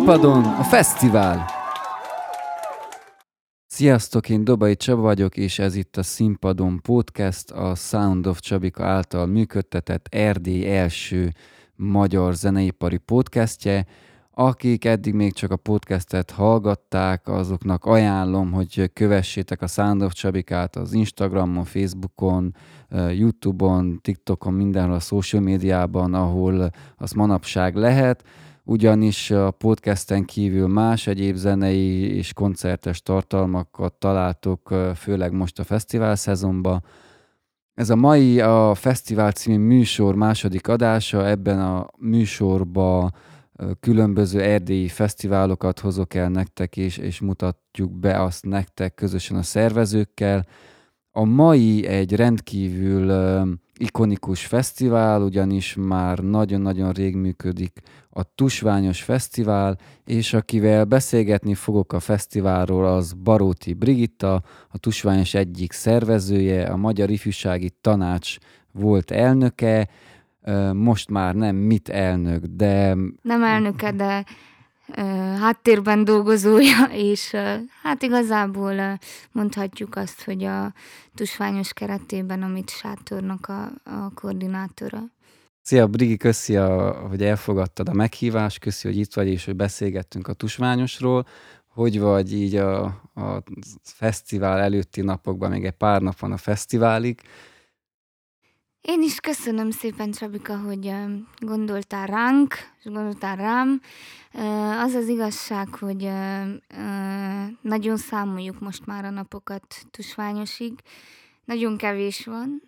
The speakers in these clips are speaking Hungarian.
színpadon a fesztivál! Sziasztok, én Dobai Csaba vagyok, és ez itt a Színpadon Podcast, a Sound of Csabika által működtetett Erdély első magyar zeneipari podcastje. Akik eddig még csak a podcastet hallgatták, azoknak ajánlom, hogy kövessétek a Sound of Csabikát az Instagramon, Facebookon, YouTube-on, TikTokon, mindenhol a social médiában, ahol az manapság lehet. Ugyanis a podcasten kívül más egyéb zenei és koncertes tartalmakat találtok, főleg most a fesztivál szezonban. Ez a mai a Fesztivál című műsor második adása, ebben a műsorban különböző erdélyi fesztiválokat hozok el nektek, és mutatjuk be azt nektek közösen a szervezőkkel. A mai egy rendkívül ikonikus fesztivál, ugyanis már nagyon-nagyon rég működik a Tusványos Fesztivál, és akivel beszélgetni fogok a fesztiválról, az Baróti Brigitta, a Tusványos egyik szervezője, a Magyar Ifjúsági Tanács volt elnöke, most már nem mit elnök, de... Nem elnöke, de háttérben dolgozója, és hát igazából mondhatjuk azt, hogy a Tusványos keretében a MIT sátornak a koordinátora. Szia Brigi, köszi, hogy elfogadtad a meghívást, köszi, hogy itt vagy, és hogy beszélgettünk a Tusványosról. Hogy vagy így a fesztivál előtti napokban, még egy pár nap van a fesztiválig? Én is köszönöm szépen, Csabika, hogy gondoltál ránk, és gondoltál rám. Az az igazság, hogy nagyon számoljuk most már a napokat Tusványosig. Nagyon kevés van.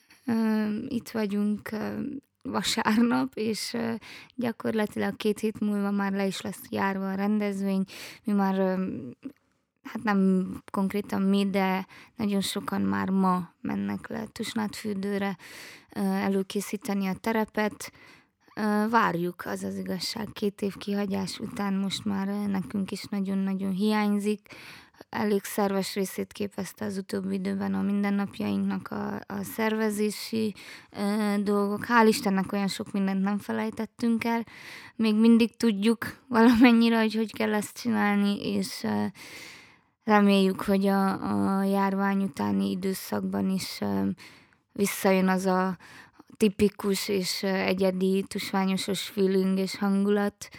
Itt vagyunk vasárnap, és gyakorlatilag 2 hét múlva már le is lesz járva a rendezvény. Mi már... Hát nem konkrétan mi, de nagyon sokan már ma mennek le Tusnádfürdőre előkészíteni a terepet. Várjuk, az az igazság, 2 év kihagyás után most már nekünk is nagyon-nagyon hiányzik. Elég szerves részét képezte az utóbbi időben a mindennapjainknak a szervezési dolgok. Hál' Istennek olyan sok mindent nem felejtettünk el. Még mindig tudjuk valamennyire, hogy kell ezt csinálni, és... Reméljük, hogy a járvány utáni időszakban is visszajön az a tipikus és egyedi tusványosos feeling és hangulat,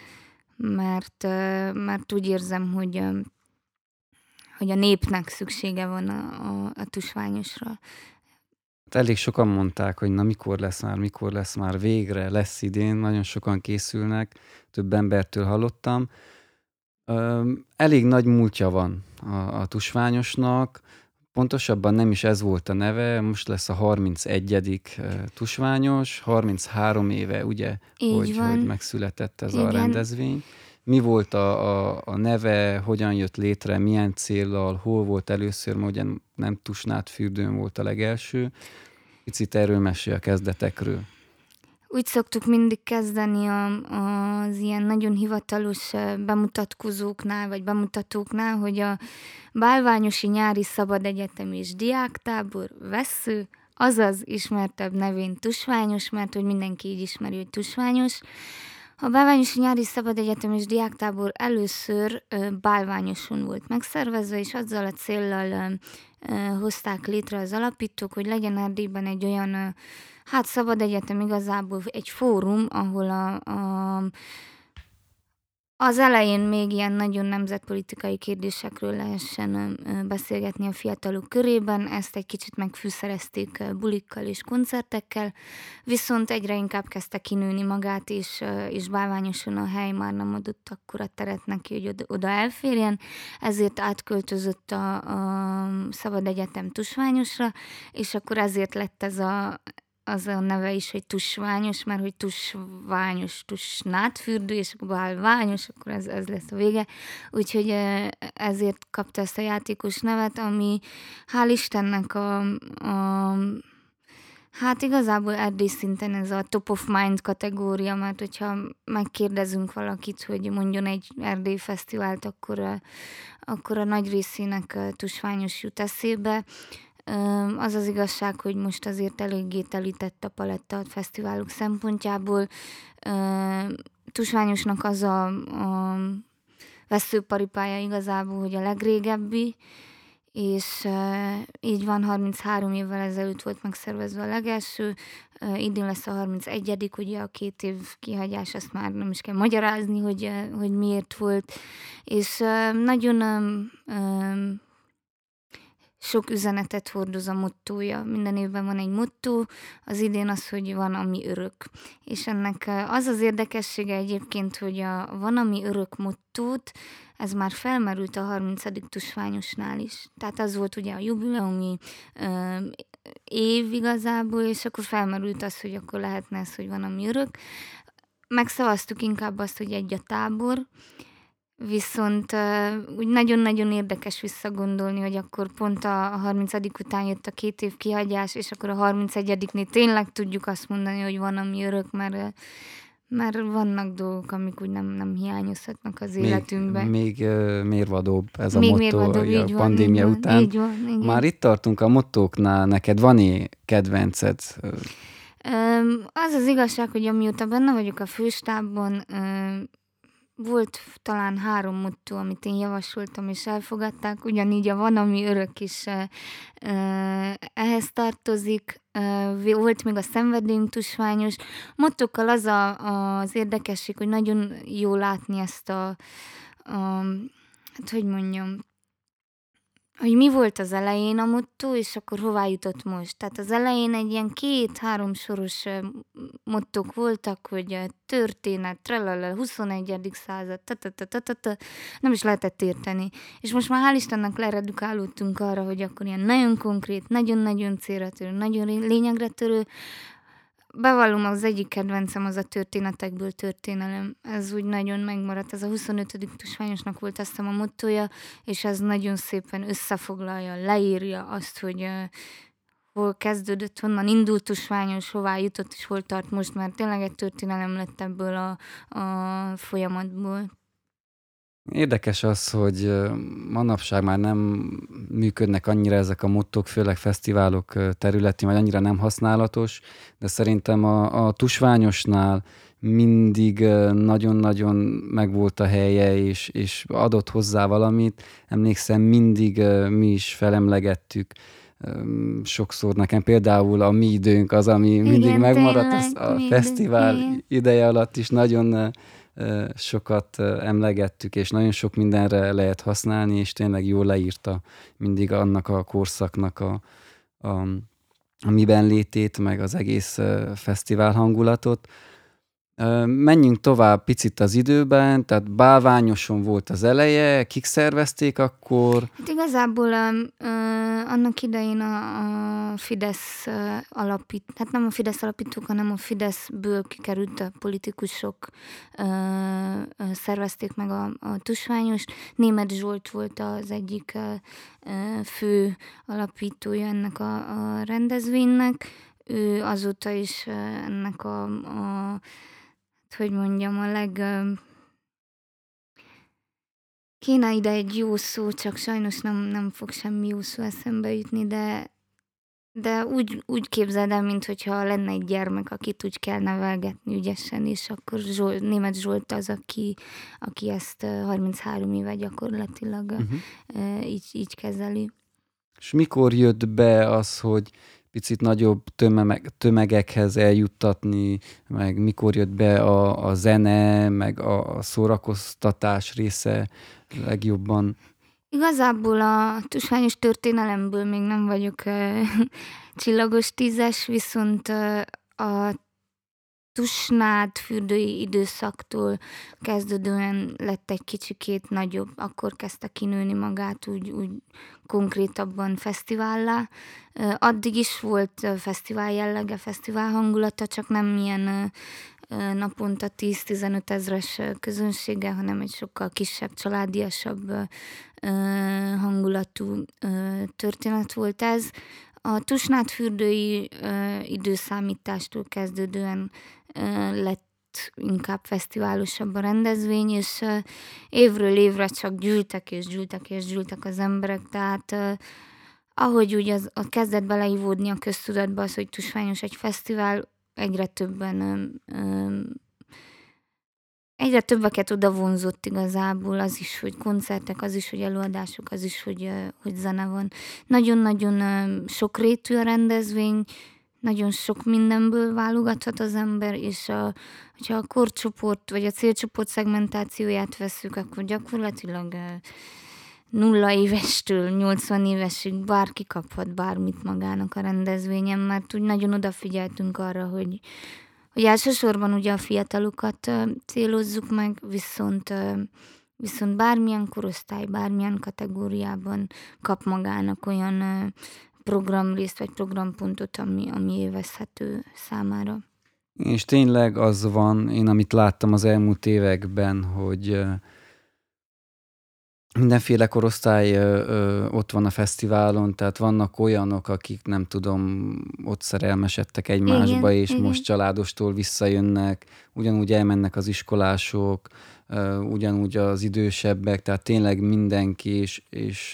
mert úgy érzem, hogy a népnek szüksége van a tusványosra. Elég sokan mondták, hogy na mikor lesz már, végre lesz idén, nagyon sokan készülnek, több embertől hallottam. Elég nagy múltja van a Tusványosnak, pontosabban nem is ez volt a neve, most lesz a 31. Tusványos, 33 éve, ugye, hogy megszületett ez a rendezvény. Mi volt a neve, hogyan jött létre, milyen céllal, hol volt először, mert ugye nem Tusnádfürdőn volt a legelső. Picit erről mesélj a kezdetekről. Úgy szoktuk mindig kezdeni az ilyen nagyon hivatalos bemutatkozóknál, vagy bemutatóknál, hogy a Bálványosi Nyári Szabad Egyetem és Diáktábor Vessző, azaz ismertebb nevén Tusványos, mert hogy mindenki így ismeri, hogy Tusványos. A Bálványosi Nyári Szabad Egyetem és Diáktábor először Bálványoson volt megszervezve, és azzal a céllal hozták létre az alapítók, hogy legyen Erdélyben egy olyan szabad egyetem, igazából egy fórum, ahol az elején még ilyen nagyon nemzetpolitikai kérdésekről lehessen beszélgetni a fiatalok körében. Ezt egy kicsit megfűszerezték bulikkal és koncertekkel, viszont egyre inkább kezdte kinőni magát, és Bálványoson a hely már nem adott akkora teret neki, hogy oda elférjen, ezért átköltözött a Szabad Egyetem Tusványosra, és akkor ezért lett az a neve is, hogy Tusványos, mert hogy Tusványos, Tusnádfürdő, és akkor Bálványos, akkor ez lesz a vége. Úgyhogy ezért kapta ezt a játékos nevet, ami hál' Istennek hát igazából Erdély szinten ez a top of mind kategória, mert hogyha megkérdezünk valakit, hogy mondjon egy Erdély fesztivált, akkor a nagy részének Tusványos jut eszébe. Az az igazság, hogy most azért eléggé telített a paletta a fesztiválok szempontjából. Tusványosnak az a veszőparipája igazából, hogy a legrégebbi, és így van, 33 évvel ezelőtt volt megszervezve a legelső, idén lesz a 31., ugye a 2 év kihagyás, azt már nem is kell magyarázni, hogy miért volt, és nagyon sok üzenetet hordoz a mottója. Minden évben van egy mottó, az idén az, hogy van, ami örök. És ennek az az érdekessége egyébként, hogy a van, ami örök mottót, ez már felmerült a 30. tusványosnál is. Tehát az volt ugye a jubileumi év igazából, és akkor felmerült az, hogy akkor lehetne ez, hogy van, ami örök. Megszavaztuk inkább azt, hogy egy a tábor, viszont úgy nagyon-nagyon érdekes visszagondolni, hogy akkor pont a 30. után jött a 2 év kihagyás, és akkor a 31-nél tényleg tudjuk azt mondani, hogy van, ami örök, mert vannak dolgok, amik úgy nem hiányozhatnak az életünkben. Még mérvadóbb ez Még a motto mérvadóbb, a pandémia van, után. így van, igen. Már itt tartunk a mottóknál, neked van-e kedvenced? Az az igazság, hogy amióta benne vagyok a főstábban, volt talán 3 motto, amit én javasoltam, és elfogadták, ugyanígy a van, ami örök is ehhez tartozik. Volt még a szenvedélyünk tusványos. Mottokkal az az érdekesség, hogy nagyon jó látni ezt hát hogy mondjam, hogy mi volt az elején a motto, és akkor hová jutott most. Tehát az elején egy ilyen 2-3 soros mottók voltak, hogy történet, tralala, 21. század, nem is lehetett érteni. És most már hál' Istennek leredukálódtunk arra, hogy akkor ilyen nagyon konkrét, nagyon-nagyon célra törő, nagyon lényegre törő. Bevallom, az egyik kedvencem az a történetekből történelem. Ez úgy nagyon megmaradt. Ez a 25. tusványosnak volt azt a mottója, és ez nagyon szépen összefoglalja, leírja azt, hogy hol kezdődött, honnan indult tusványos, hová jutott, és hol tart most, mert tényleg egy történelem lett ebből a folyamatból. Érdekes az, hogy manapság már nem működnek annyira ezek a mottók, főleg fesztiválok területén, vagy annyira nem használatos, de szerintem a tusványosnál mindig nagyon-nagyon megvolt a helye, és adott hozzá valamit. Emlékszem, mindig mi is felemlegettük sokszor. Nekem például a mi időnk az, ami mindig megmaradt, az a fesztivál ideje alatt is nagyon sokat emlegettük, és nagyon sok mindenre lehet használni, és tényleg jól leírta mindig annak a korszaknak a miben létét, meg az egész fesztivál hangulatot. Menjünk tovább picit az időben, tehát Bálványoson volt az eleje, kik szervezték akkor? Hát igazából annak idején a Fidesz hát nem a Fidesz alapítók, hanem a Fideszből kikerült a politikusok szervezték meg a tusványost. Németh Zsolt volt az egyik fő alapítója ennek a rendezvénynek. Ő azóta is ennek hogy mondjam, kéne ide egy jó szó, csak sajnos nem fog semmi jó szó eszembe jutni, de úgy képzeld el, mintha lenne egy gyermek, akit úgy kell nevelgetni ügyesen, és akkor Németh Zsolt az, aki ezt 33 éve gyakorlatilag így kezeli. És mikor jött be az, hogy picit nagyobb tömegekhez eljuttatni, meg mikor jött be a zene, meg a szórakoztatás része legjobban? Igazából a tusványos történelemből még nem vagyok csillagos 10-es, viszont a Tusnád fürdői időszaktól kezdődően lett egy kicsikét nagyobb, akkor kezdte kinőni magát úgy konkrétabban fesztivállá. Addig is volt fesztivál jellege, fesztivál hangulata, csak nem ilyen naponta 10-15 ezres közönsége, hanem egy sokkal kisebb, családiasabb hangulatú történet volt ez. A Tusnád fürdői időszámítástól kezdődően lett inkább fesztiválosabb a rendezvény, és évről évre csak gyűltek az emberek, tehát ahogy úgy a kezdett beleivódni a köztudatba az, hogy tusványos egy fesztivál, egyre többen egyre többeket oda vonzott igazából az is, hogy koncertek, az is, hogy előadások, az is, hogy zene van. Nagyon-nagyon sokrétű a rendezvény, nagyon sok mindenből válogathat az ember, és hogyha a korcsoport vagy a célcsoport szegmentációját vesszük, akkor gyakorlatilag 0 évestől 80 évesig bárki kaphat bármit magának a rendezvényen, mert úgy nagyon odafigyeltünk arra, hogy elsősorban ugye a fiatalokat célozzuk meg, viszont bármilyen korosztály, bármilyen kategóriában kap magának olyan programrészt vagy programpontot, ami élvezhető számára. És tényleg az van, én amit láttam az elmúlt években, hogy mindenféle korosztály ott van a fesztiválon, tehát vannak olyanok, akik nem tudom, ott szerelmesedtek egymásba, és igen. most családostól visszajönnek, ugyanúgy elmennek az iskolások, ugyanúgy az idősebbek, tehát tényleg mindenki, és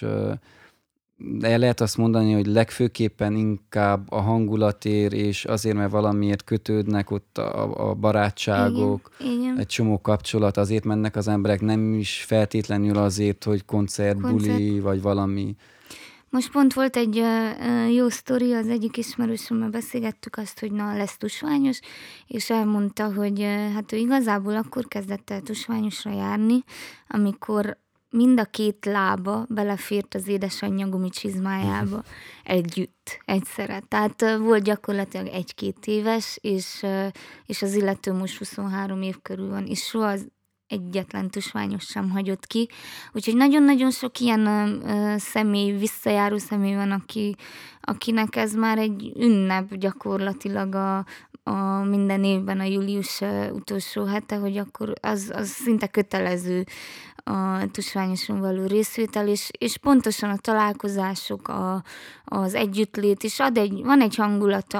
de lehet azt mondani, hogy legfőképpen inkább a hangulatért, és azért, mert valamiért kötődnek ott a barátságok, Igen. egy csomó kapcsolat, azért mennek az emberek, nem is feltétlenül azért, hogy koncertbuli, vagy valami. Most pont volt egy jó sztori, az egyik ismerősömmel beszélgettük azt, hogy na, lesz tusványos, és elmondta, hogy hát ő igazából akkor kezdett el tusványosra járni, amikor mind a két lába belefért az édesanyja gumicsizmájába együtt, egyszerre. Tehát volt gyakorlatilag 1-2 éves, és az illető most 23 év körül van, és soha az egyetlen tusványos sem hagyott ki. Úgyhogy nagyon-nagyon sok ilyen visszajáró személy van, akinek ez már egy ünnep gyakorlatilag a minden évben a július utolsó hete, hogy akkor az szinte kötelező a tusványoson való részvétel, és pontosan a találkozások, az együttlét, és van egy hangulata,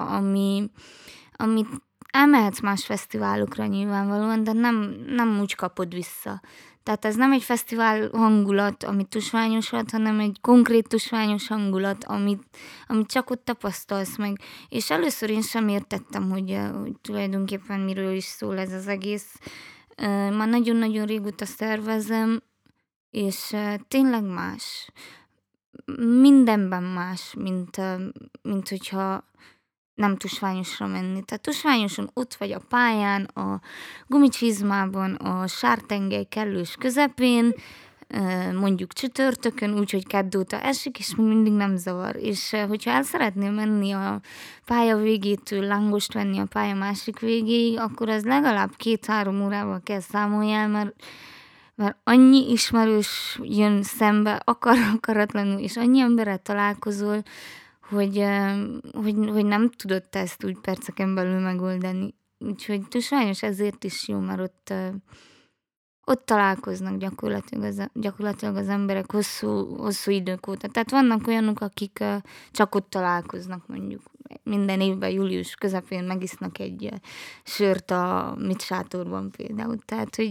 amit elmehetsz más fesztiválokra nyilvánvalóan, de nem úgy kapod vissza. Tehát ez nem egy fesztivál hangulat, amit tusványos ad, hanem egy konkrét tusványos hangulat, amit csak ott tapasztalsz meg. És először én sem értettem, hogy tulajdonképpen miről is szól ez az egész. Már nagyon-nagyon régóta szervezem, és tényleg más. Mindenben más, mint hogyha nem tusványosra menni. Tehát tusványoson ott vagy a pályán, a gumicsizmában, a sártengely kellős közepén, mondjuk csütörtökön, úgyhogy kedd óta esik, és még mindig nem zavar. És hogyha el szeretnél menni a pálya végétől lángost venni a pálya másik végéig, akkor az legalább 2-3 órával kell számoljál, mert annyi ismerős jön szembe, akaratlanul, és annyi emberrel találkozol, hogy nem tudod te ezt úgy perceken belül megoldani. Úgyhogy tusványos ezért is jó, mert ott találkoznak gyakorlatilag az emberek hosszú idők óta. Tehát vannak olyanok, akik csak ott találkoznak, mondjuk minden évben július közepén megisznak egy sört a mit sátorban például. Tehát, hogy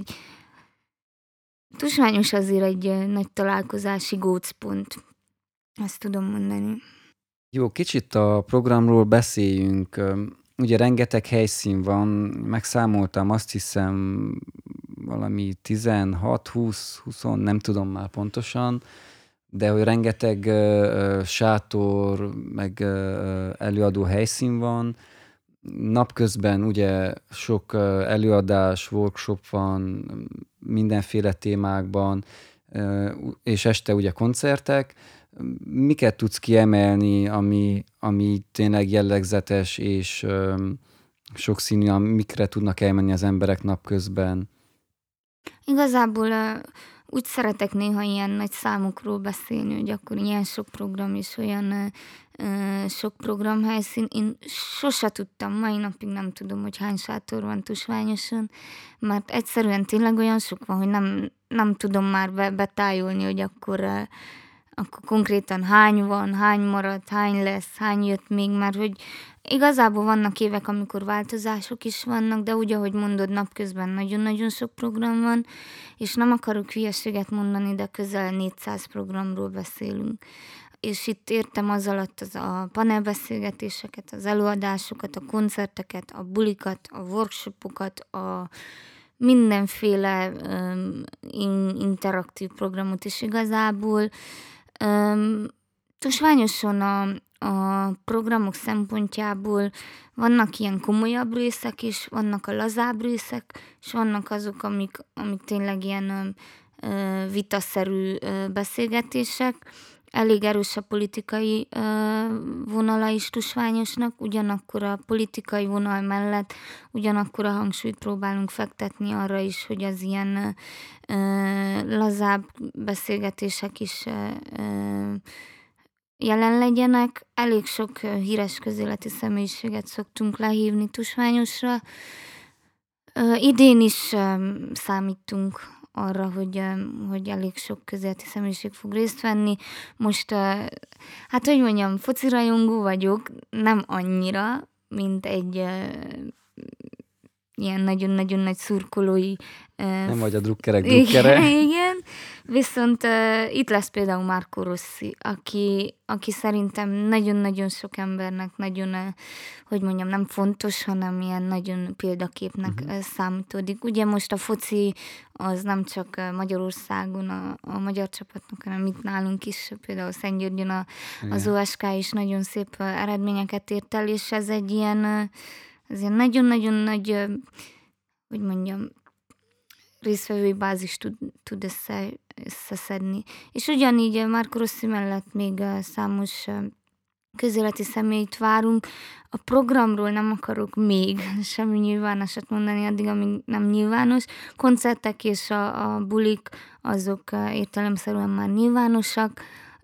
tusványos azért egy nagy találkozási gócpont. Ezt tudom mondani. Jó, kicsit a programról beszéljünk. Ugye rengeteg helyszín van, megszámoltam, azt hiszem valami 16-20, nem tudom már pontosan, de hogy rengeteg sátor, meg előadó helyszín van. Napközben ugye sok előadás, workshop van, mindenféle témákban, és este ugye koncertek. Miket tudsz kiemelni, ami tényleg jellegzetes, és sokszínű, mikre tudnak elmenni az emberek napközben? Igazából úgy szeretek néha ilyen nagy számokról beszélni, hogy akkor ilyen sok program és olyan sok programhelyszín. Én sose tudtam, mai napig nem tudom, hogy hány sátor van tusványoson, mert egyszerűen tényleg olyan sok van, hogy nem tudom már betájolni, hogy akkor konkrétan hány van, hány maradt, hány lesz, hány jött még, mert hogy igazából vannak évek, amikor változások is vannak, de úgy, ahogy mondod, napközben nagyon-nagyon sok program van, és nem akarok hülyeséget mondani, de közel 400 programról beszélünk. És itt értem az alatt a panelbeszélgetéseket, az előadásokat, a koncerteket, a bulikat, a workshopokat, mindenféle interaktív programot is igazából. Tusványoson a programok szempontjából vannak ilyen komolyabb részek is, vannak a lazább részek, és vannak azok, amik tényleg ilyen vitaszerű beszélgetések. Elég erős a politikai vonala is Tusványosnak, ugyanakkor a politikai vonal mellett ugyanakkor a hangsúlyt próbálunk fektetni arra is, hogy az ilyen lazább beszélgetések is jelen legyenek. Elég sok híres közéleti személyiséget szoktunk lehívni Tusványosra. Idén is számítunk arra, hogy elég sok közéleti személyiség fog részt venni. Most, hát hogy mondjam, focirajongó vagyok, nem annyira, mint egy ilyen nagyon-nagyon nagy szurkolói... Nem vagy a drukkerek drukkere. Igen. Viszont itt lesz például Marco Rossi, aki szerintem nagyon-nagyon sok embernek nagyon, hogy mondjam, nem fontos, hanem ilyen nagyon példaképnek számítódik. Ugye most a foci az nem csak Magyarországon a magyar csapatnak, hanem itt nálunk is, például Szentgyörgyön az OSK is nagyon szép eredményeket ért el, és ez egy ilyen nagyon-nagyon nagy, hogy mondjam, résztvevői bázis tud összeszedni. És ugyanígy Marco Rossi mellett még számos közéleti személyt várunk. A programról nem akarok még semmi nyilvánosat mondani, addig, amíg nem nyilvános. Koncertek és a bulik, azok értelemszerűen már nyilvánosak.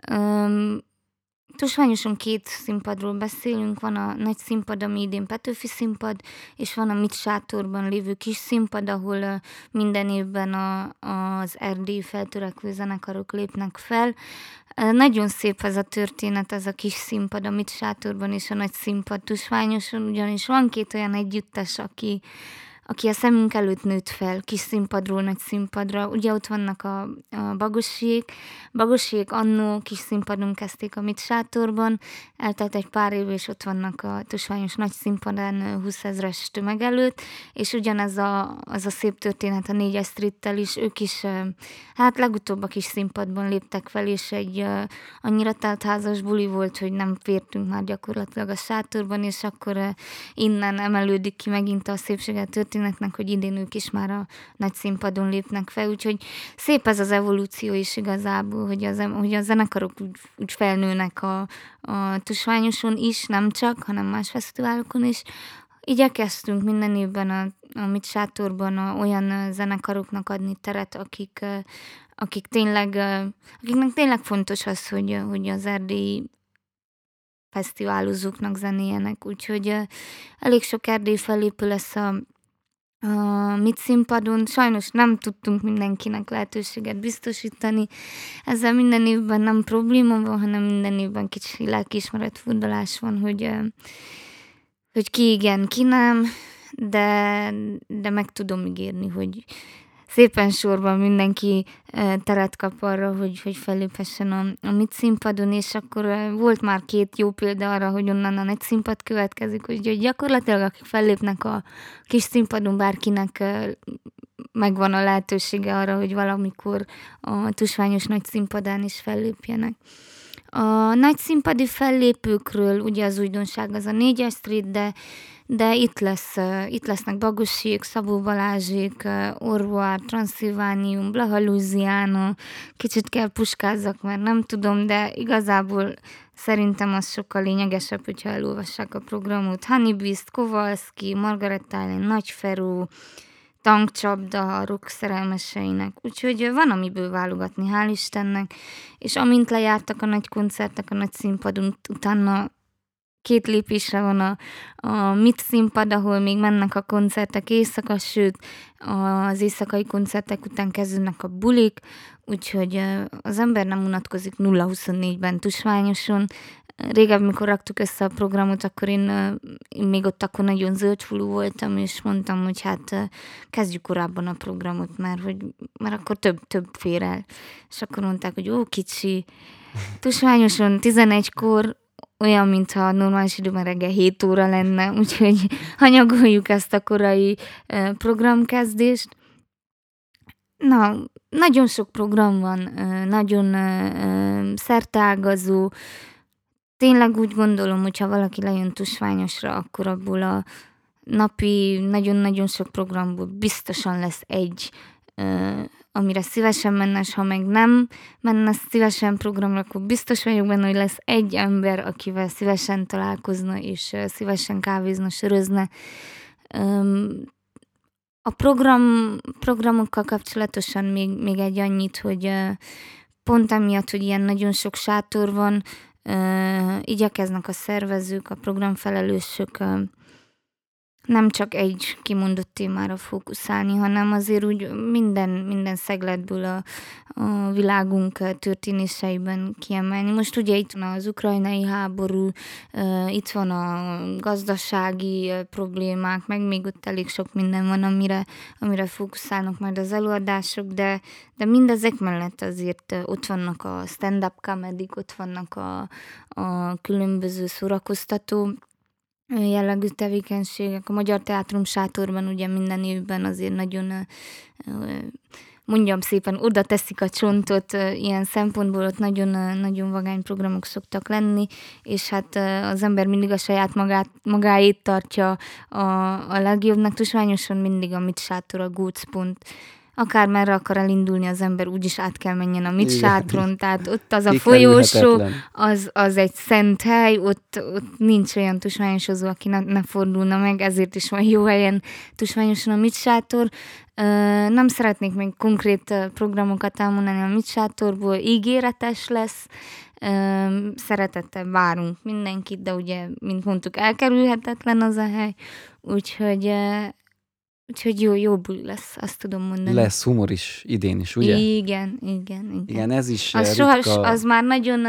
Tusványoson 2 színpadról beszélünk, van a nagy színpad, ami idén Petőfi színpad, és van a Mit sátorban lévő kis színpad, ahol minden évben az erdélyi feltörekvő zenekarok lépnek fel. Nagyon szép ez a történet, ez a kis színpad, a Mit sátorban és a nagy színpad Tusványoson, ugyanis van 2 olyan együttes, aki a szemünk előtt nőtt fel, kis színpadról nagy színpadra. Ugye ott vannak a Bagosiék. Bagosiék annó kis színpadon kezdték a Mit sátorban, eltelt egy pár év, és ott vannak a Tusványos nagy színpadán 20 000-es tömeg előtt, és ugyanez az a szép történet a 4-es Streettel is, ők is, hát legutóbb a kis színpadban léptek fel, és egy annyira teltházas buli volt, hogy nem fértünk már gyakorlatilag a sátorban, és akkor innen emelődik ki megint a szépséget történetnek, hogy idén ők is már a nagy színpadon lépnek fel, úgyhogy szép ez az evolúció is igazából, hogy a zenekarok úgy felnőnek a Tusványoson is, nem csak, hanem más fesztiválokon is. Igyekeztünk minden évben a Mit sátorban olyan zenekaroknak adni teret, akiknek tényleg fontos az, hogy az erdélyi fesztiválozóknak zenéjenek, úgyhogy elég sok erdélyi fellépő lesz a Mit színpadon. Sajnos nem tudtunk mindenkinek lehetőséget biztosítani. Ezzel minden évben nem probléma van, hanem minden évben kicsi lelkiismeret furdalás van, hogy ki igen, ki nem, de meg tudom ígérni, hogy szépen sorban mindenki teret kap arra, hogy felléphessen a Mit színpadon, és akkor volt már 2 jó példa arra, hogy onnan a nagy színpad következik, úgyhogy gyakorlatilag akik fellépnek a kis színpadon, bárkinek megvan a lehetősége arra, hogy valamikor a Tusványos nagy színpadán is fellépjenek. A nagy színpadi fellépőkről ugye az újdonság az a 4-es Street, de itt lesznek Bagosiék, Szabó Balázsék, Orvoár, Transzilvánium, Blaha Louisiana, kicsit kell puskázzak, mert nem tudom, de igazából szerintem az sokkal lényegesebb, hogyha elolvassák a programot. Honey Beast, Kowalski, Margaret Island, Nagy Feró, Tankcsapda a rock szerelmeseinek. Úgyhogy van amiből válogatni, hál' Istennek. És amint lejártak a nagy koncertek a nagy színpadon, utána 2 lépésre van a Mit színpad, ahol még mennek a koncertek éjszaka, sőt az éjszakai koncertek után kezdődnek a bulik, úgyhogy az ember nem unatkozik 0-24-ben Tusványoson. Régebben, mikor raktuk össze a programot, akkor én még ott akkor nagyon zöldfulú voltam, és mondtam, hogy hát kezdjük korábban a programot, mert akkor több fér el. És akkor mondták, hogy kicsi. Tusványoson 11-kor olyan, mintha normális időben reggel 7 óra lenne, úgyhogy hanyagoljuk ezt a korai programkezdést. nagyon sok program van, nagyon szerteágazó. Tényleg úgy gondolom, hogyha valaki lejön tusványosra, akkor abból a napi nagyon-nagyon sok programból biztosan lesz egy, amire szívesen menne, és ha meg nem menne szívesen programra, akkor biztos vagyok benne, hogy lesz egy ember, akivel szívesen találkozna, és szívesen kávézna, sörözne. A programokkal kapcsolatosan még egy annyit, hogy pont emiatt, hogy ilyen nagyon sok sátor van, igyekeznek a szervezők, a programfelelősök nem csak egy kimondott témára fókuszálni, hanem azért úgy minden szegletből a világunk történéseiben kiemelni. Most ugye itt van az ukrajnai háború, itt van a gazdasági problémák, meg még ott elég sok minden van, amire fókuszálnak majd az előadások, de mindezek mellett azért ott vannak a stand-up comedyk, ott vannak a különböző szórakoztató jellegű tevékenységek. A Magyar Teátrum Sátorban ugye minden évben azért nagyon, mondjam szépen, oda teszik a csontot, ilyen szempontból ott nagyon vagány programok szoktak lenni, és hát az ember mindig a saját magáét tartja a legjobbnak. Tusványosan mindig a Mit Sátor, a gócpont. Akármerre akar elindulni az ember, úgyis át kell menjen a Mit Sátron, tehát ott az a folyósó, az egy szent hely, ott nincs olyan tusványosozó, aki ne fordulna meg, ezért is van jó helyen tusványosan a Mit Sátor. Nem szeretnék még konkrét programokat elmondani a Mit Sátorból, ígéretes lesz, szeretettel várunk mindenkit, de ugye, mint mondtuk, elkerülhetetlen az a hely, úgyhogy jó buli lesz, azt tudom mondani. Lesz humor is idén is, ugye? Igen. Igen, ez is az ritka. Az már nagyon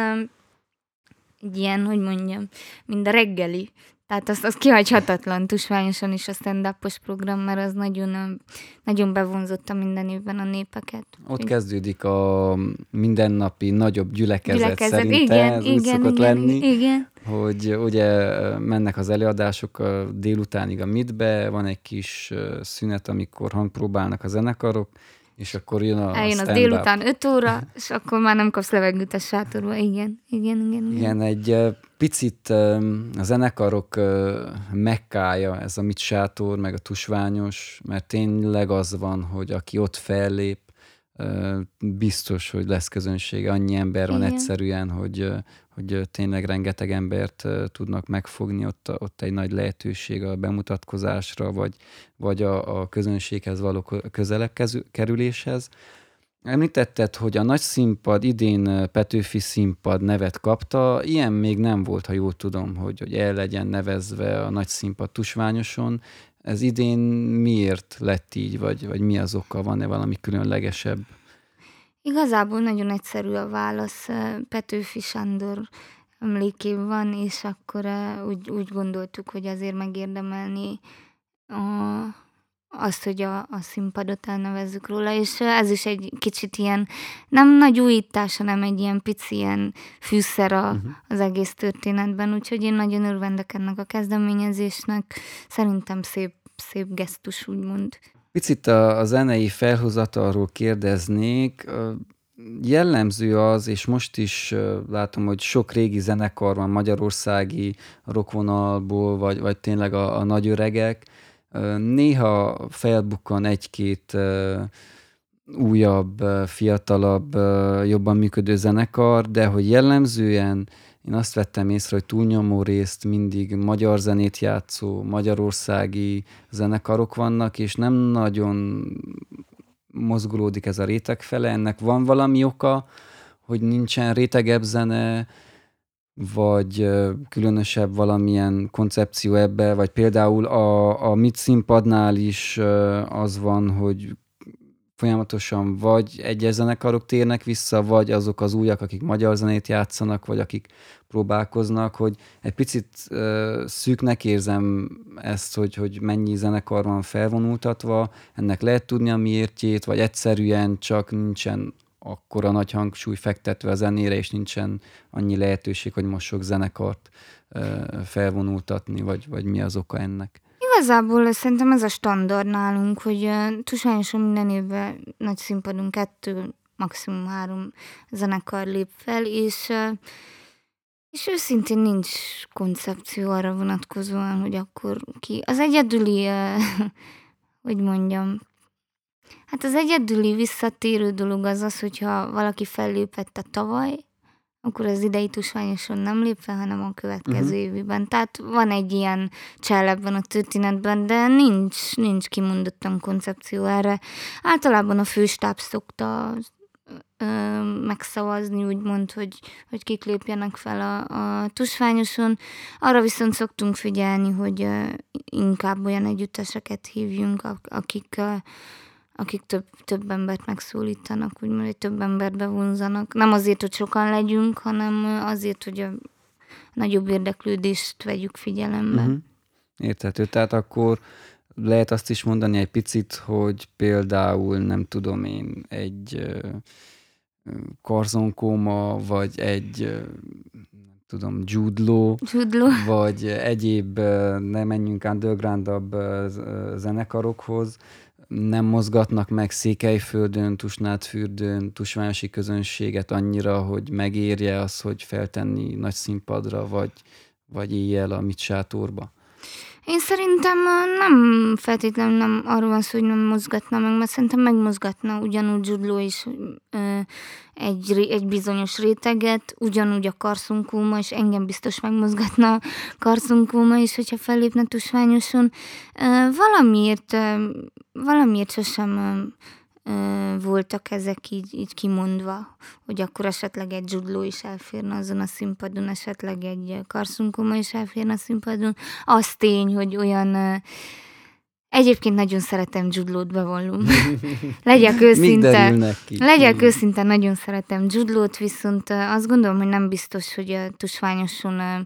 ilyen, hogy mondjam, mind a reggeli. Tehát az kihagyhatatlan tusványosan is a stand-upos program, mert az nagyon bevonzotta minden évben a népeket. Ott kezdődik a mindennapi nagyobb gyülekezet szerintem, igen, ez úgy szokott lenni. Igen. Hogy ugye mennek az előadások a délutánig a Mitbe, van egy kis szünet, amikor hangpróbálnak a zenekarok, és akkor jön a eljön az délután 5 óra, és akkor már nem kapsz levegőt a sátorba. Igen. Igen, egy picit a zenekarok mekkája ez a Mit Sátor, meg a tusványos, mert tényleg az van, hogy aki ott fellép, biztos, hogy lesz közönsége. Annyi ember van egyszerűen, hogy tényleg rengeteg embert tudnak megfogni, ott egy nagy lehetőség a bemutatkozásra, vagy a közönséghez való közelebb kerüléshez. Említetted, hogy a nagy színpad idén Petőfi Színpad nevet kapta. Ilyen még nem volt, ha jól tudom, hogy el legyen nevezve a nagy színpad tusványoson. Ez idén miért lett így, vagy mi az oka? Van-e valami különlegesebb? Igazából nagyon egyszerű a válasz. Petőfi Sándor emlékév van, és akkor úgy gondoltuk, hogy azért megérdemelni azt, hogy a színpadot elnevezzük róla, és ez is egy kicsit ilyen, nem nagy újítás, hanem egy ilyen pici ilyen fűszer az egész történetben, úgyhogy én nagyon örvendek ennek a kezdeményezésnek. Szerintem szép gesztus, úgymond. Picit a zenei felhozatalról kérdeznék. Jellemző az, és most is látom, hogy sok régi zenekar van magyarországi rockvonalból, vagy tényleg a nagyöregek. Néha felbukkan egy-két újabb, fiatalabb, jobban működő zenekar, de hogy jellemzően én azt vettem észre, hogy túlnyomó részt mindig magyar zenét játszó, magyarországi zenekarok vannak, és nem nagyon mozgolódik ez a réteg fele. Ennek van valami oka, hogy nincsen rétegebb zene, vagy különösebb valamilyen koncepció ebbe, vagy például a Mit színpadnál is az van, hogy folyamatosan vagy egyes zenekarok térnek vissza, vagy azok az újak, akik magyar zenét játszanak, vagy akik próbálkoznak, hogy egy picit szűknek érzem ezt, hogy mennyi zenekar van felvonultatva, ennek lehet tudni a miértjét, vagy egyszerűen csak nincsen akkora nagy hangsúly fektetve a zenére, és nincsen annyi lehetőség, hogy most sok zenekart felvonultatni, vagy mi az oka ennek? Igazából szerintem ez a standard nálunk, hogy tusványosan minden évben nagy színpadon 2, maximum 3 zenekar lép fel, és őszintén nincs koncepció arra vonatkozóan, hogy akkor ki. Az egyedüli, hogy mondjam, hát az egyedüli visszatérő dolog az, hogyha valaki fellépett a tavaly, akkor az idei tusványoson nem lép fel, hanem a következő éviben. Tehát van egy ilyen csel ebben a történetben, de nincs kimondottan koncepció erre. Általában a főstáb szokta megszavazni, úgymond, hogy kik lépjenek fel a tusványoson. Arra viszont szoktunk figyelni, hogy inkább olyan együtteseket hívjunk, akik több embert megszólítanak, úgymond, hogy több embert bevonzanak. Nem azért, hogy sokan legyünk, hanem azért, hogy a nagyobb érdeklődést vegyük figyelembe. Érthető. Tehát akkor lehet azt is mondani egy picit, hogy például, nem tudom én, egy Karzonkóma, vagy egy Jude Law, vagy egyéb, ne menjünk undergroundabb zenekarokhoz, nem mozgatnak meg Székelyföldön, Tusnádfürdőn, tusványosi közönséget annyira, hogy megérje az, hogy feltenni nagy színpadra, vagy éjjel a Mit sátorba? Én szerintem nem feltétlenül nem arról van szó, hogy nem mozgatna meg, mert szerintem megmozgatna ugyanúgy Jude Law is egy bizonyos réteget, ugyanúgy a Karzonkóma, és engem biztos megmozgatna a Karzonkóma is, hogyha fellépne tusványoson. Valamiért sosem voltak ezek így kimondva, hogy akkor esetleg egy Jude Law is elférne azon a színpadon, esetleg egy Karzonkóma is elférne a színpadon. Az tény, hogy olyan... Egyébként nagyon szeretem Jude Law-t, bevallom. Legyek őszinte, nagyon szeretem Jude Law-t, viszont azt gondolom, hogy nem biztos, hogy a tusványoson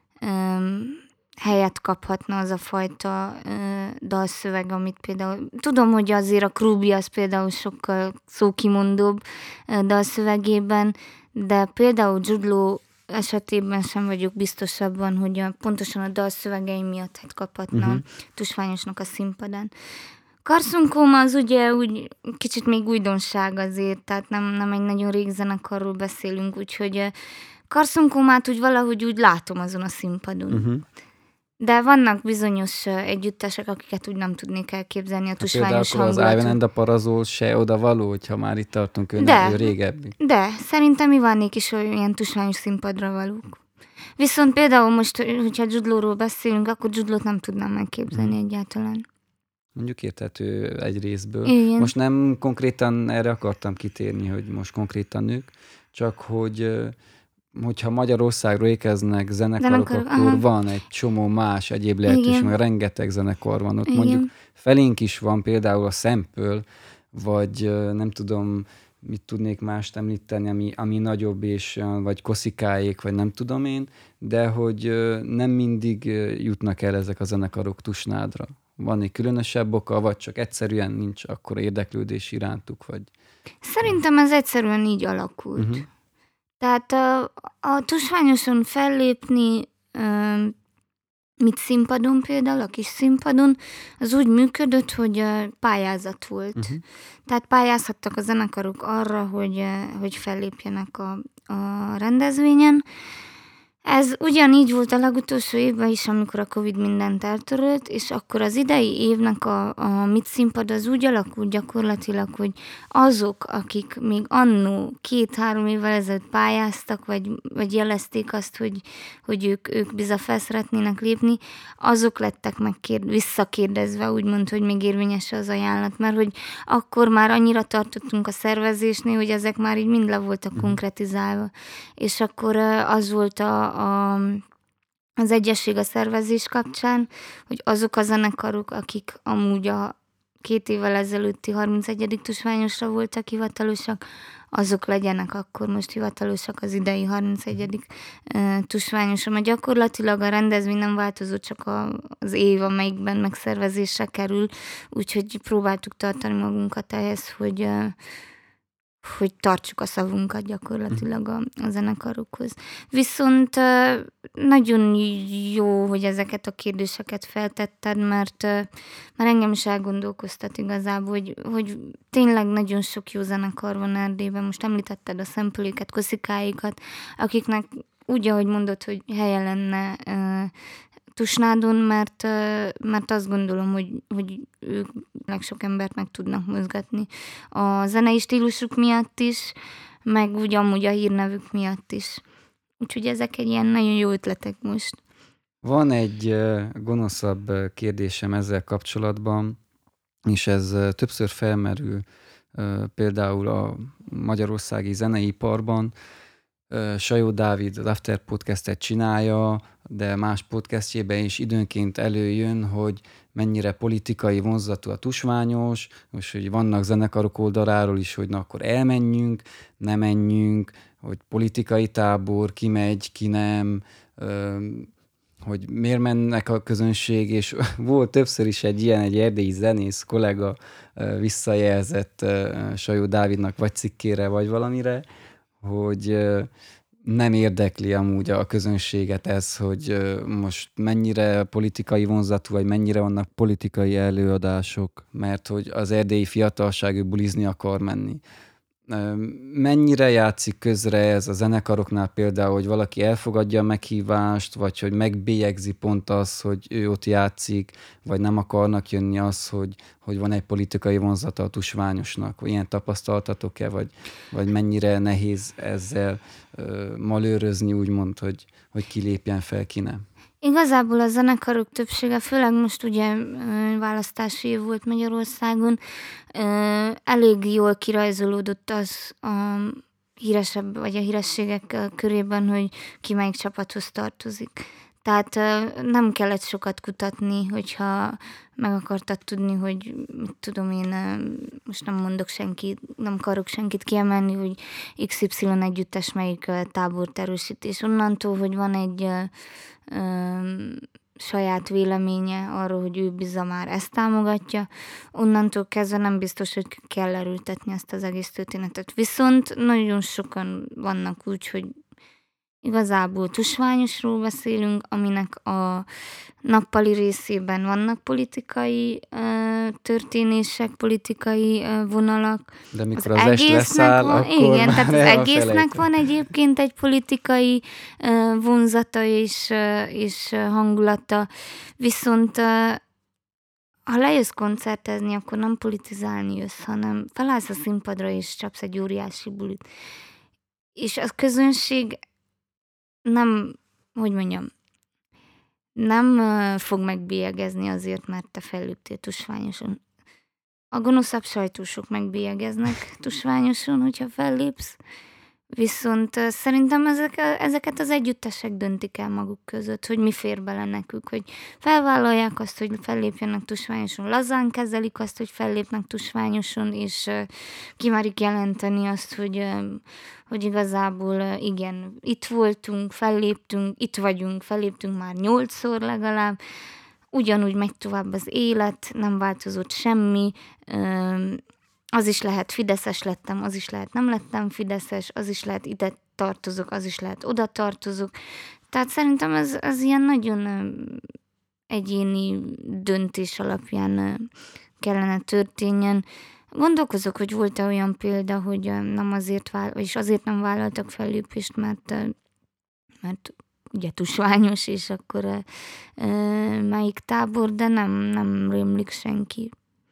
helyet kaphatna az a fajta dalszöveg, amit például... Tudom, hogy azért a Krúbi az például sokkal szókimondóbb dalszövegében, de például Jude Law esetében sem vagyok biztos abban, hogy pontosan a dalszövegei miatt helyet kaphatna tusványosnak a színpadán. Karzonkóma az ugye úgy kicsit még újdonság azért, tehát nem egy nagyon rég zenekarról beszélünk, úgyhogy Karzonkómát úgy valahogy úgy látom azon a színpadon. De vannak bizonyos együttesek, akiket úgy nem tudnék elképzelni a tusványos hangulatot. Például az Ivan and the Parazol se oda való, hogyha már itt tartunk, ő régebbi. De, szerintem Ivánék is olyan tusványos színpadra valók. Viszont például most, hogyha Jude Law-ról beszélünk, akkor Jude Law-t nem tudnám megképzelni egyáltalán. Mondjuk érthető egy részből. Igen. Most nem konkrétan erre akartam kitérni, hogy most konkrétan nők, csak hogyha Magyarországról ékeznek zenekarok, akkor van egy csomó más egyéb lehetőség, meg rengeteg zenekar van ott. Igen. Mondjuk felénk is van például a Sample, vagy nem tudom, mit tudnék mást említeni, ami nagyobb, és vagy Koszikáék, vagy nem tudom én, de hogy nem mindig jutnak el ezek a zenekarok Tusnádra. Van egy különösebb oka, vagy csak egyszerűen nincs akkora érdeklődés irántuk, vagy... Szerintem ez egyszerűen így alakult. Tehát a tusványoson fellépni, mit színpadon például, a kis színpadon, az úgy működött, hogy pályázat volt. Tehát pályázhattak a zenekarok arra, hogy fellépjenek a rendezvényen. Ez ugyanígy volt a legutolsó évben is, amikor a Covid mindent eltörölt, és akkor az idei évnek a mit színpad az úgy alakult gyakorlatilag, hogy azok, akik még annó 2-3 évvel ezelőtt pályáztak, vagy jelezték azt, hogy ők biza fel szeretnének lépni, azok lettek visszakérdezve, úgymond, hogy még érvényes az ajánlat, mert hogy akkor már annyira tartottunk a szervezésnél, hogy ezek már így mind le voltak konkretizálva. És akkor az volt az egyesség a szervezés kapcsán, hogy azok a zenekarok, akik amúgy a 2 évvel ezelőtti 31. tusványosra voltak hivatalosak, azok legyenek akkor most hivatalosak az idei 31. tusványosra. Mert gyakorlatilag a rendezvény nem változott, csak az év, amelyikben megszervezésre kerül, úgyhogy próbáltuk tartani magunkat ehhez, hogy hogy tartsuk a szavunkat gyakorlatilag a zenekarokhoz. Viszont nagyon jó, hogy ezeket a kérdéseket feltetted, mert engem is elgondolkoztat igazából, hogy tényleg nagyon sok jó zenekar van Erdélyben. Most említetted a szempüléket, koszikáikat, akiknek úgy, ahogy mondod, hogy helye lenne Tusnádon, mert azt gondolom, hogy ők sok embert meg tudnak mozgatni a zenei stílusuk miatt is, meg úgy amúgy a hírnevük miatt is. Úgyhogy ezek egy ilyen nagyon jó ötletek most. Van egy gonoszabb kérdésem ezzel kapcsolatban, és ez többször felmerül például a magyarországi zeneiparban. Sajó Dávid az After podcastet csinálja, de más podcastjében is időnként előjön, hogy mennyire politikai vonzatú a Tusványos, és hogy vannak zenekarok oldaláról is, hogy na akkor elmenjünk, ne menjünk, hogy politikai tábor, ki megy, ki nem, hogy miért mennek a közönség, és volt többször is egy erdélyi zenész kollega visszajelzett Sajó Dávidnak vagy cikkére, vagy valamire, hogy nem érdekli amúgy a közönséget ez, hogy most mennyire politikai vonzatú, vagy mennyire vannak politikai előadások, mert hogy az erdélyi fiatalság ő bulizni akar menni. Mennyire játszik közre ez a zenekaroknál például, hogy valaki elfogadja a meghívást, vagy hogy megbélyegzi pont az, hogy ő ott játszik, vagy nem akarnak jönni az, hogy van egy politikai vonzata a Tusványosnak? Ilyen tapasztaltatok-e, vagy mennyire nehéz ezzel malőrözni, úgymond, hogy ki lépjen fel, ki nem? Igazából a zenekarok többsége, főleg most ugye választási év volt Magyarországon, elég jól kirajzolódott az a híresebb, vagy a hírességek körében, hogy ki melyik csapathoz tartozik. Tehát nem kellett sokat kutatni, hogyha meg akartad tudni, hogy mit tudom én, most nem mondok senkit, nem akarok senkit kiemelni, hogy XY együttes melyik tábort erősítés. Onnantól, hogy van egy saját véleménye arról, hogy ő bizza már ezt támogatja, onnantól kezdve nem biztos, hogy kell erőltetni ezt az egész történetet. Viszont nagyon sokan vannak úgy, hogy igazából Tusványosról beszélünk, aminek a nappali részében vannak politikai történések, politikai vonalak. De mikor az est leszáll, van, akkor igen, már tehát az egésznek van egyébként egy politikai vonzata és hangulata, viszont ha lejössz koncertezni, akkor nem politizálni jössz, hanem felállsz a színpadra és csapsz egy óriási bulit. És a közönség nem, hogy mondjam, nem fog megbélyegezni azért, mert te felléptél Tusványoson. A gonoszabb sajtósok megbélyegeznek Tusványoson, hogyha fellépsz, viszont szerintem ezeket az együttesek döntik el maguk között, hogy mi fér bele nekük, hogy felvállalják azt, hogy fellépjenek Tusványoson, lazán kezelik azt, hogy fellépnek Tusványoson, és kimerik jelenteni azt, hogy igazából igen, itt voltunk, felléptünk, itt vagyunk, felléptünk már 8-szor legalább, ugyanúgy megy tovább az élet, nem változott semmi, az is lehet fideszes lettem, az is lehet nem lettem fideszes, az is lehet ide tartozok, az is lehet oda tartozok. Tehát szerintem ez ilyen nagyon egyéni döntés alapján kellene történjen. Gondolkozok, hogy volt-e olyan példa, hogy nem azért nem vállaltak fellépést, mert ugye Tusványos, és akkor melyik tábor, de nem rémlik senki.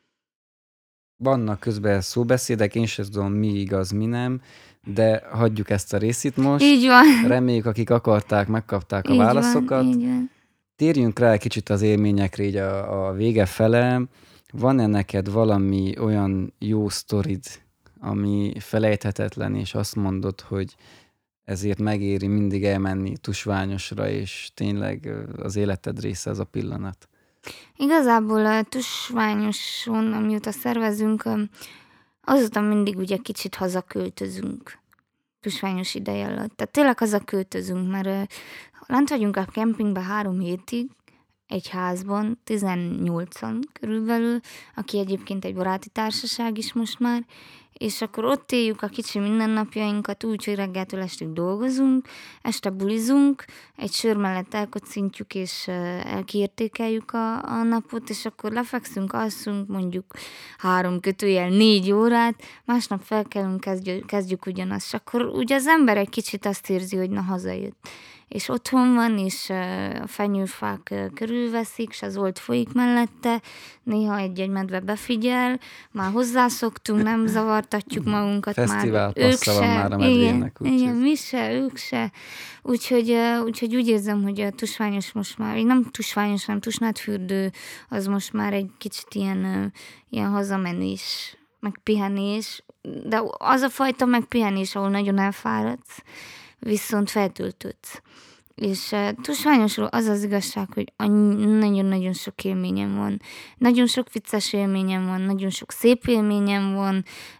Vannak közben szóbeszédek, én sem tudom, mi igaz, mi nem, de hagyjuk ezt a részét most. Így van. Reméljük, akik akarták, megkapták a Így válaszokat. Van, így van. Térjünk rá egy kicsit az élményekre így a vége fele. Van-e neked valami olyan jó sztorid, ami felejthetetlen, és azt mondod, hogy ezért megéri mindig elmenni Tusványosra, és tényleg az életed része ez a pillanat? Igazából a Tusványoson, amióta szervezünk, azóta mindig ugye kicsit hazaköltözünk Tusványos ideje alatt. Tehát tényleg hazaköltözünk, mert lent vagyunk a kempingben 3 hétig, egy házban, 18-an körülbelül, aki egyébként egy baráti társaság is most már, és akkor ott éljük a kicsi mindennapjainkat úgy, hogy reggeltől estig dolgozunk, este bulizunk, egy sör mellett elkocintjuk és elkiértékeljük a napot, és akkor lefekszünk, alszunk mondjuk 3-4 órát, másnap felkelünk, kezdjük ugyanazt, és akkor ugye az ember egy kicsit azt érzi, hogy na hazajött. És otthon van, és a fenyőfák körülveszik, s az old folyik mellette, néha egy-egy medve befigyel, már hozzászoktunk, nem zavartatjuk magunkat Fesztivál már. passza van már a medvének. Igen, mi se, ők se. Úgyhogy úgy érzem, hogy a tusványos most már, nem tusványos, hanem tusnádfürdő, az most már egy kicsit ilyen hazamenés, meg pihenés, de az a fajta megpihenés, ahol nagyon elfáradsz, viszont feltöltődsz. És tusványosról az az igazság, hogy nagyon-nagyon sok élményem van. Nagyon sok vicces élményem van, nagyon sok szép élményem van.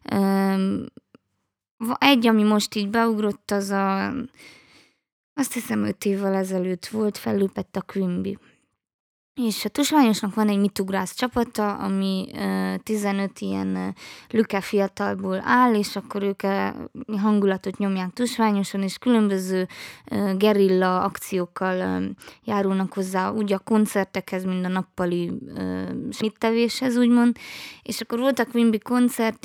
Egy, ami most így beugrott, azt hiszem 5 évvel ezelőtt volt, fellépett a Quimby. És a tusványosnak van egy mitugrász csapata, ami 15 ilyen lüke fiatalból áll, és akkor ők hangulatot nyomják tusványoson, és különböző gerilla akciókkal járulnak hozzá úgy a koncertekhez, mint a nappali smittevéshez, úgymond. És akkor volt a Quimby koncert,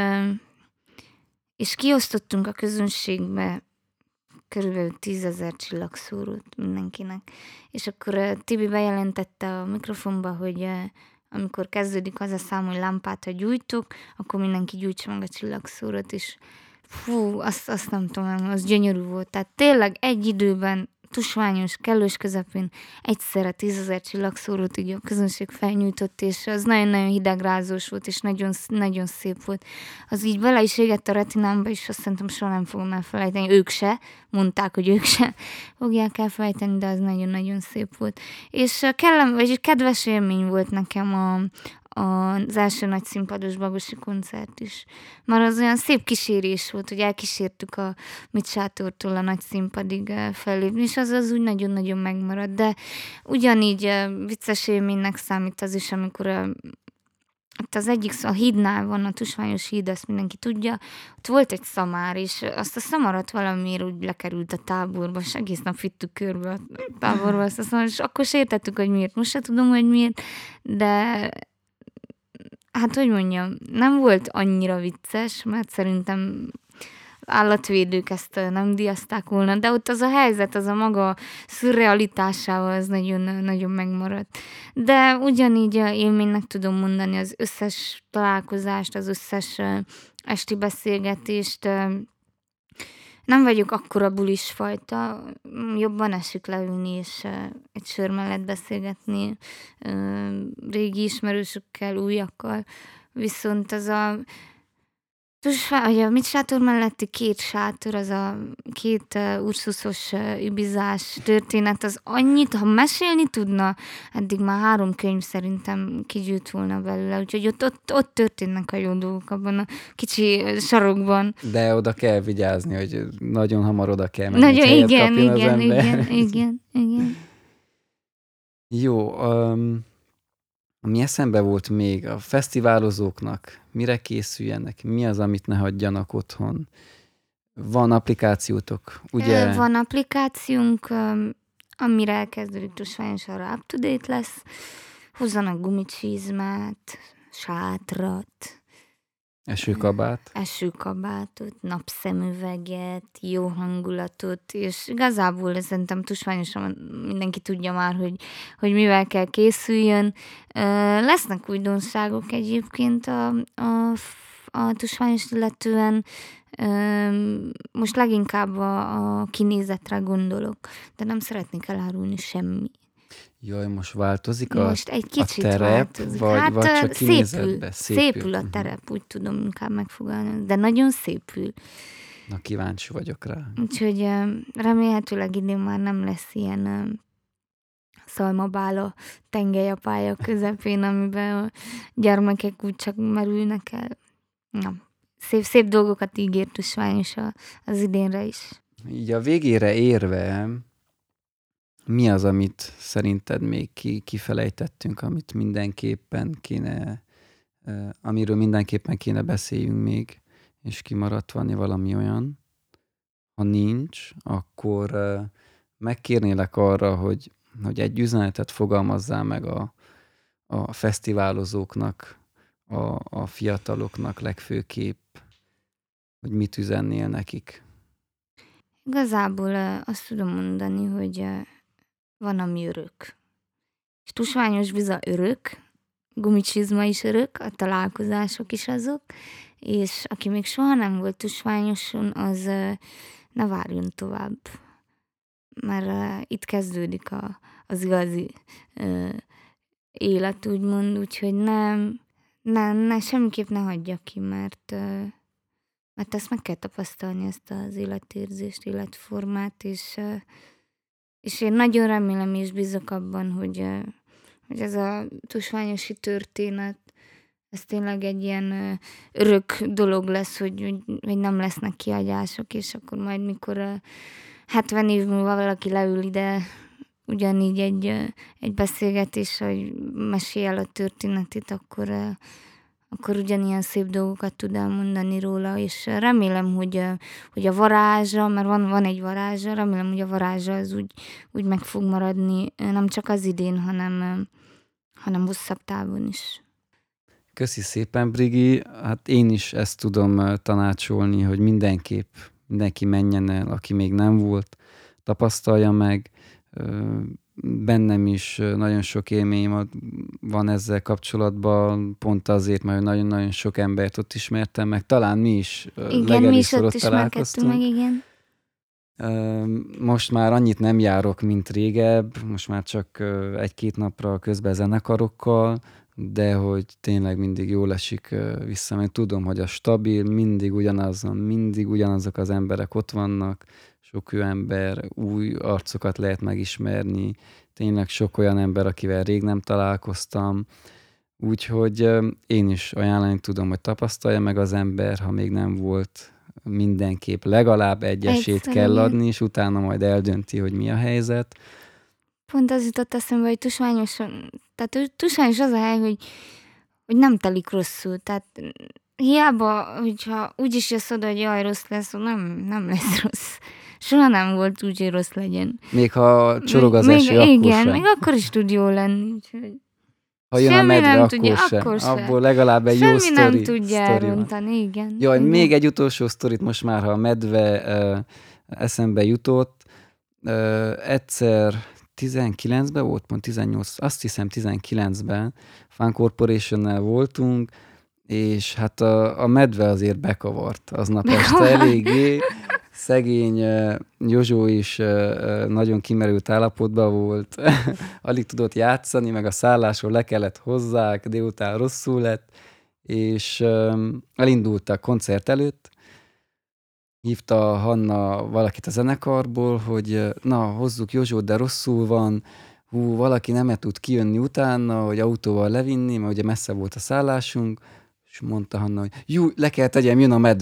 és kiosztottunk a közönségbe körülbelül 10 000 csillagszórót mindenkinek. És akkor Tibi bejelentette a mikrofonba, hogy amikor kezdődik az a szám, hogy lámpát, ha gyújtok, akkor mindenki gyújtsa meg a csillagszórót, és fú, azt nem tudom, az gyönyörű volt. Tehát tényleg egy időben, tusványos, kellős közepén egyszerre 10 000 csillagszórót így a közönség felnyújtott, és az nagyon-nagyon hidegrázós volt, és nagyon, nagyon szép volt. Az így bele is égett a retinámba, és azt szerintem soha nem fogom elfelejteni. Ők se, mondták, hogy ők se fogják elfelejteni, de az nagyon-nagyon szép volt. És egy kedves élmény volt nekem az első nagy színpados Bagosi koncert is. Már az olyan szép kísérés volt, hogy elkísértük a Mit sátortól a nagy színpadig fellépni, és az úgy nagyon-nagyon megmaradt. De ugyanígy vicces élménynek számít az is, amikor ott az egyik, a hídnál van, a Tusványos híd, azt mindenki tudja, ott volt egy szamár, és azt a szamarat valamiért úgy lekerült a táborba, és egész nap vittük körbe a táborba azt a szamarat, és akkor se értettük, hogy miért. Most se tudom, hogy miért, de hát, hogy mondjam, nem volt annyira vicces, mert szerintem állatvédők ezt nem díjazták volna, de ott az a helyzet, az a maga szürrealitásával az nagyon, nagyon megmaradt. De ugyanígy élménynek tudom mondani az összes találkozást, az összes esti beszélgetést. Nem vagyok akkora bulis fajta, jobban esik leülni és egy sör mellett beszélgetni régi ismerősökkel, újakkal. Viszont az a Mit sátor melletti 2 sátor, az a 2 Ursusos ibizás történet, az annyit, ha mesélni tudna, eddig már 3 könyv szerintem kigyűjt volna belőle, úgyhogy ott történnek a jó dolgok abban a kicsi sarokban. De oda kell vigyázni, hogy nagyon hamar oda kell menni, hogy helyet kapjon az ember. Igen. Jó, ami eszembe volt még, a fesztiválozóknak mire készüljenek, mi az, amit ne hagyjanak otthon? Van applikációtok, ugye? Van applikációnk, amire elkezdődik tusványos, arra up-to-date lesz. Hozzanak gumicsizmát, sátrat, esőkabátot, napszemüveget, jó hangulatot, és igazából szerintem tusványosan mindenki tudja már, hogy mivel kell készüljön. Lesznek újdonságok egyébként a tusványos illetően, most leginkább a kinézetre gondolok, de nem szeretnék elárulni semmi. Jaj, most változik most egy kicsit a terep, változik. vagy csak kinézetbe? Szépül a terep, úgy tudom inkább megfogalmazni, de nagyon szépül. Na, kíváncsi vagyok rá. Úgyhogy remélhetőleg idén már nem lesz ilyen szalmabála tengely a pálya közepén, amiben a gyermekek úgy csak merülnek el. Na, szép dolgokat ígért Tusványos az idénre is. Így a végére érve, mi az, amit szerinted még kifelejtettünk, amit mindenképpen kéne, amiről mindenképpen kéne beszéljünk még, és kimaradt valami olyan? Ha nincs, akkor megkérnélek arra, hogy egy üzenetet fogalmazzál meg a fesztiválozóknak, a fiataloknak legfőképp, hogy mit üzennél nekik. Igazából azt tudom mondani, hogy van, ami örök. És tusványos biza örök, gumicsizma is örök, a találkozások is azok, és aki még soha nem volt tusványoson, az ne várjon tovább. Mert itt kezdődik az igazi élet, úgymond, úgyhogy semmiképp ne hagyja ki, mert ezt meg kell tapasztalni, ezt az életérzést, életformát, és én nagyon remélem és bízok abban, hogy ez a tusványosi történet, ez tényleg egy ilyen örök dolog lesz, hogy nem lesznek kiagyások, és akkor majd mikor 70 év múlva valaki leül ide, ugyanígy egy beszélgetés, hogy mesél el a történetét, akkor ugyanilyen szép dolgokat tud elmondani róla, és remélem, hogy a varázsa, mert van egy varázsa, remélem, hogy a varázsa az úgy meg fog maradni, nem csak az idén, hanem hosszabb távon is. Köszi szépen, Brigi. Hát én is ezt tudom tanácsolni, hogy mindenki menjen el, aki még nem volt, tapasztalja meg. Bennem is nagyon sok élmény van ezzel kapcsolatban, pont azért, mert nagyon-nagyon sok embert ott ismertem meg. Talán mi is legelőször ott találkoztunk. Meg, igen. Most már annyit nem járok, mint régebb, most már csak egy-két napra közben zenekarokkal, de hogy tényleg mindig jól esik visszamenni. Tudom, hogy a stabil, mindig ugyanazok az emberek ott vannak, sok jó ember, új arcokat lehet megismerni, tényleg sok olyan ember, akivel rég nem találkoztam, úgyhogy én is ajánlani tudom, hogy tapasztalja meg az ember, ha még nem volt, mindenképp legalább egy esélyt kell adni, és utána majd eldönti, hogy mi a helyzet. Pont az jutott eszembe, hogy tehát tusványos az a hely, hogy nem telik rosszul, tehát hiába, hogyha úgy is jössz oda, hogy jaj, rossz lesz, nem lesz rossz. Soha nem volt úgy, hogy rossz legyen. Még ha csorog az eső, akkor igen, sem. még akkor is tud jó lenni. Úgyhogy ha jön a medve, nem akkor tudja, sem. Akkor sem. Abból legalább egy semmi jó sztori. Semmi nem tudja elrontani, igen. Jaj, igen. Még egy utolsó sztorit most már, ha a medve eszembe jutott. Egyszer 19-ben volt, pont 18, azt hiszem 19-ben Fun Corporation-nel voltunk, és hát a medve azért bekavart aznap este eléggé. Szegény Józsó is nagyon kimerült állapotban volt, alig tudott játszani, meg a szállásról le kellett hozzák, délután rosszul lett, és elindultak koncert előtt, hívta Hanna valakit a zenekarból, hogy na, hozzuk Józsót, de rosszul van, valaki nem tud kijönni utána, hogy autóval levinni, mert ugye messze volt a szállásunk, és mondta Hanna, hogy jú, le kell tegyem, jön a medve.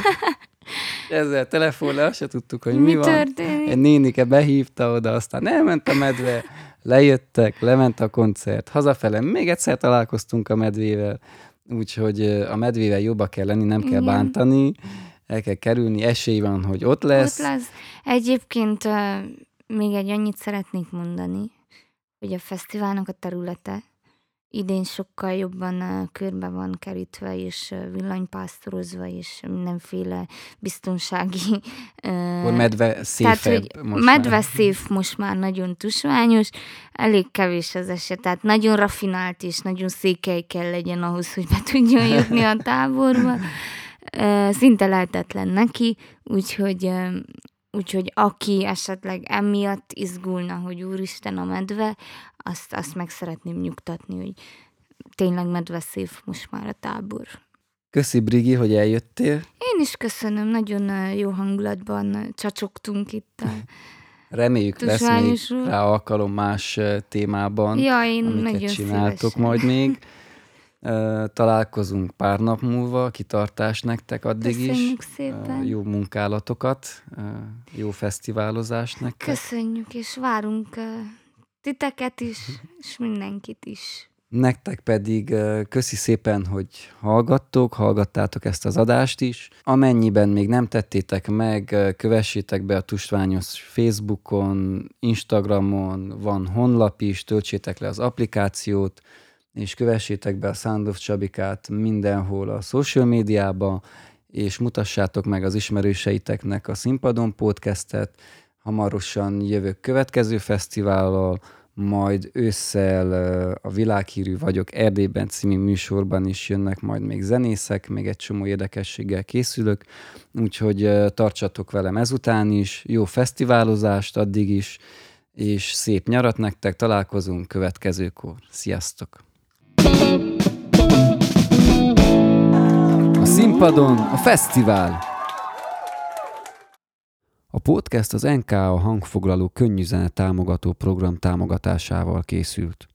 Ezzel telefonra azt se tudtuk, hogy mi van. Történik? Egy nénike behívta oda, aztán elment a medve, lejöttek, lement a koncert, hazafele még egyszer találkoztunk a medvével, úgyhogy a medvével jobba kell lenni, nem kell bántani, el kell kerülni, esély van, hogy ott lesz. Ott lesz. Egyébként még annyit szeretnék mondani, hogy a fesztiválnak a területe idén sokkal jobban körbe van kerítve, és villanypásztorozva, és mindenféle biztonsági... medve széfebb most medve már. Széf most már nagyon tusványos, elég kevés az eset, tehát nagyon rafinált, és nagyon székely kell legyen ahhoz, hogy be tudjon jutni a táborba. Szinte lehetetlen neki, úgyhogy aki esetleg emiatt izgulna, hogy úristen a medve, azt meg szeretném nyugtatni, hogy tényleg medveszéf most már a tábor. Köszi, Brigi, hogy eljöttél. Én is köszönöm, nagyon jó hangulatban csacsogtunk itt. Reméljük lesz még rá alkalom más témában, én amiket nagyon csináltok szívesen. majd még. Találkozunk pár nap múlva, kitartás nektek addig Köszönjük is. szépen. Jó munkálatokat, jó fesztiválozást nektek. Köszönjük, és várunk titeket is, és mindenkit is. Nektek pedig köszi szépen, hogy hallgattátok ezt az adást is. Amennyiben még nem tettétek meg, kövessétek be a Tustványos Facebookon, Instagramon, van honlap is, töltsétek le az applikációt, és kövessétek be a Sound of Csabikát mindenhol a social médiába, és mutassátok meg az ismerőseiteknek a Színpadon podcastet. Hamarosan jövök következő fesztivállal, majd ősszel a Világhírű vagyok Erdélyben című műsorban is jönnek majd még zenészek, még egy csomó érdekességgel készülök, úgyhogy tartsatok velem ezután is, jó fesztiválozást addig is, és szép nyarat nektek, találkozunk következőkor. Sziasztok! A színpadon a fesztivál! A podcast az NKA hangfoglaló könnyű zene támogató program támogatásával készült.